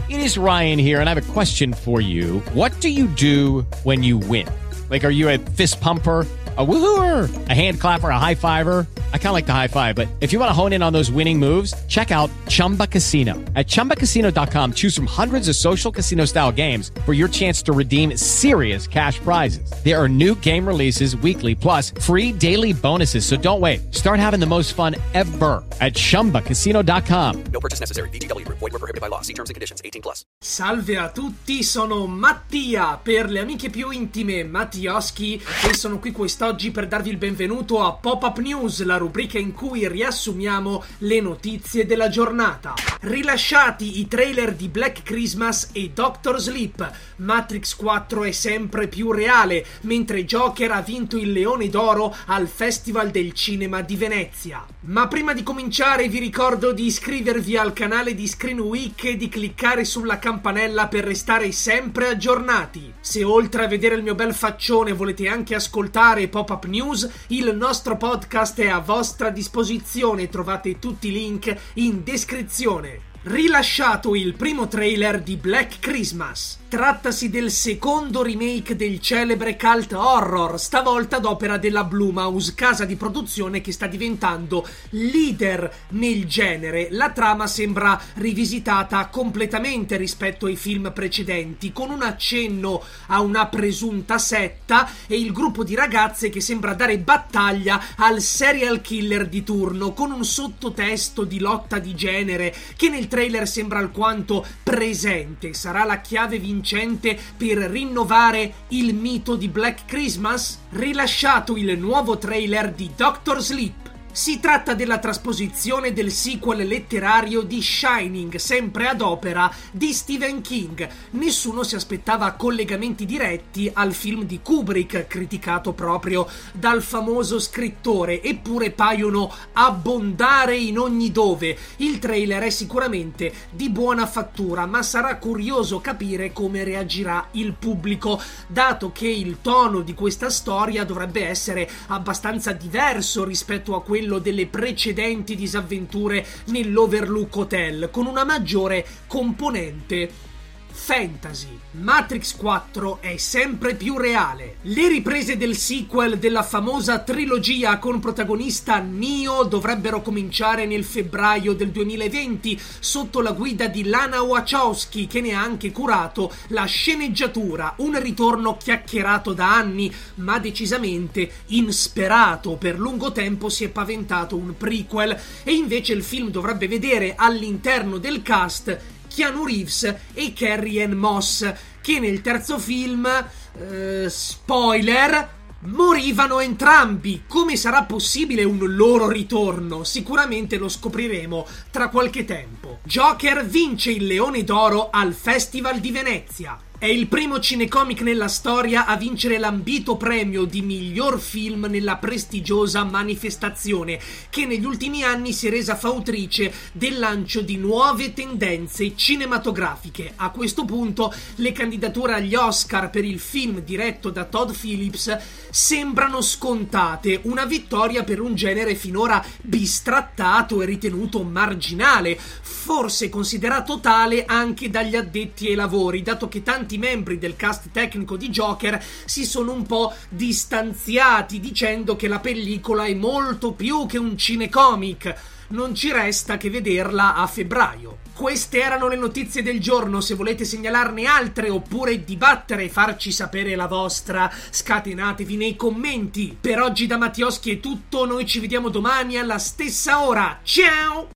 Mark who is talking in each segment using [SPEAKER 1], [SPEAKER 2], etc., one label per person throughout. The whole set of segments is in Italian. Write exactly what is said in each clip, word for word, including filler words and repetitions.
[SPEAKER 1] It is Ryan here, and I have a question for you. What do you do when you win? Like, are you a fist pumper, a woohooer, a hand clapper, a high fiver? I kind of like the high five, but if you want to hone in on those winning moves, check out Chumba Casino. At chumba casino dot com, choose from hundreds of social casino style games for your chance to redeem serious cash prizes. There are new game releases weekly, plus free daily bonuses. So don't wait. Start having the most fun ever at chumba casino dot com.
[SPEAKER 2] No purchase necessary. V G W Group. Void where prohibited by law. See terms and conditions. eighteen plus.
[SPEAKER 3] Salve a tutti, sono Mattia, per le amiche più intime Mattioschi, e sono qui quest'oggi per darvi il benvenuto a Pop-Up News, la rubrica in cui riassumiamo le notizie della giornata. Rilasciati i trailer di Black Christmas e Doctor Sleep, Matrix quattro è sempre più reale, mentre Joker ha vinto il Leone d'Oro al Festival del Cinema di Venezia. Ma prima di cominciare vi ricordo di iscrivervi al canale di Screen Week e di cliccare sulla campanella per restare sempre aggiornati. Se oltre a vedere il mio bel faccione volete anche ascoltare Pop-Up News, il nostro podcast è a vostra disposizione, trovate tutti i link in descrizione. Rilasciato il primo trailer di Black Christmas. Trattasi del secondo remake del celebre cult horror, stavolta ad opera della Blumhouse, casa di produzione che sta diventando leader nel genere. La trama sembra rivisitata completamente rispetto ai film precedenti, con un accenno a una presunta setta e il gruppo di ragazze che sembra dare battaglia al serial killer di turno, con un sottotesto di lotta di genere che nel trailer sembra alquanto presente. Sarà la chiave vincente per rinnovare il mito di Black Christmas? Rilasciato il nuovo trailer di Doctor Sleep. Si tratta della trasposizione del sequel letterario di Shining, sempre ad opera di Stephen King. Nessuno si aspettava collegamenti diretti al film di Kubrick, criticato proprio dal famoso scrittore, eppure paiono abbondare in ogni dove. Il trailer è sicuramente di buona fattura, ma sarà curioso capire come reagirà il pubblico, dato che il tono di questa storia dovrebbe essere abbastanza diverso rispetto a quello delle precedenti disavventure nell'Overlook Hotel, con una maggiore componente fantasy. Matrix quattro è sempre più reale. Le riprese del sequel della famosa trilogia con protagonista Neo dovrebbero cominciare nel febbraio del duemilaventi sotto la guida di Lana Wachowski, che ne ha anche curato la sceneggiatura. Un ritorno chiacchierato da anni, ma decisamente insperato. Per lungo tempo si è paventato un prequel e invece il film dovrebbe vedere all'interno del cast Keanu Reeves e Carrie-Anne Moss, che nel terzo film, eh, spoiler, morivano entrambi. Come sarà possibile un loro ritorno? Sicuramente lo scopriremo tra qualche tempo. Joker vince il Leone d'Oro al Festival di Venezia. È il primo cinecomic nella storia a vincere l'ambito premio di miglior film nella prestigiosa manifestazione, che negli ultimi anni si è resa fautrice del lancio di nuove tendenze cinematografiche. A questo punto le candidature agli Oscar per il film diretto da Todd Phillips sembrano scontate, una vittoria per un genere finora bistrattato e ritenuto marginale, forse considerato tale anche dagli addetti ai lavori, dato che tanti membri del cast tecnico di Joker si sono un po' distanziati dicendo che la pellicola è molto più che un cinecomic. Non ci resta che vederla a febbraio. Queste erano le notizie del giorno. Se volete segnalarne altre oppure dibattere e farci sapere la vostra, scatenatevi nei commenti. Per oggi da Mattioschi è tutto, noi ci vediamo domani alla stessa ora. Ciao!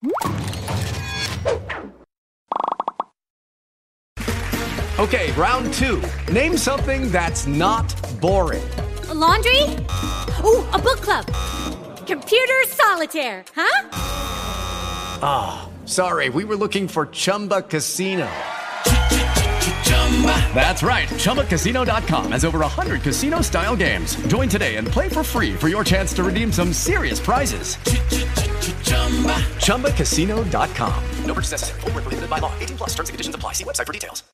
[SPEAKER 4] Okay, round two. Name something that's not boring.
[SPEAKER 5] A laundry? Ooh, a book club. Computer solitaire, huh?
[SPEAKER 4] Ah, oh, sorry, we were looking for Chumba Casino. That's right, Chumba Casino dot com has over one hundred casino-style games. Join today and play for free for your chance to redeem some serious prizes. Chumba Casino dot com.
[SPEAKER 2] No purchase necessary. Void where prohibited by law. eighteen plus. Terms and conditions apply. See website for details.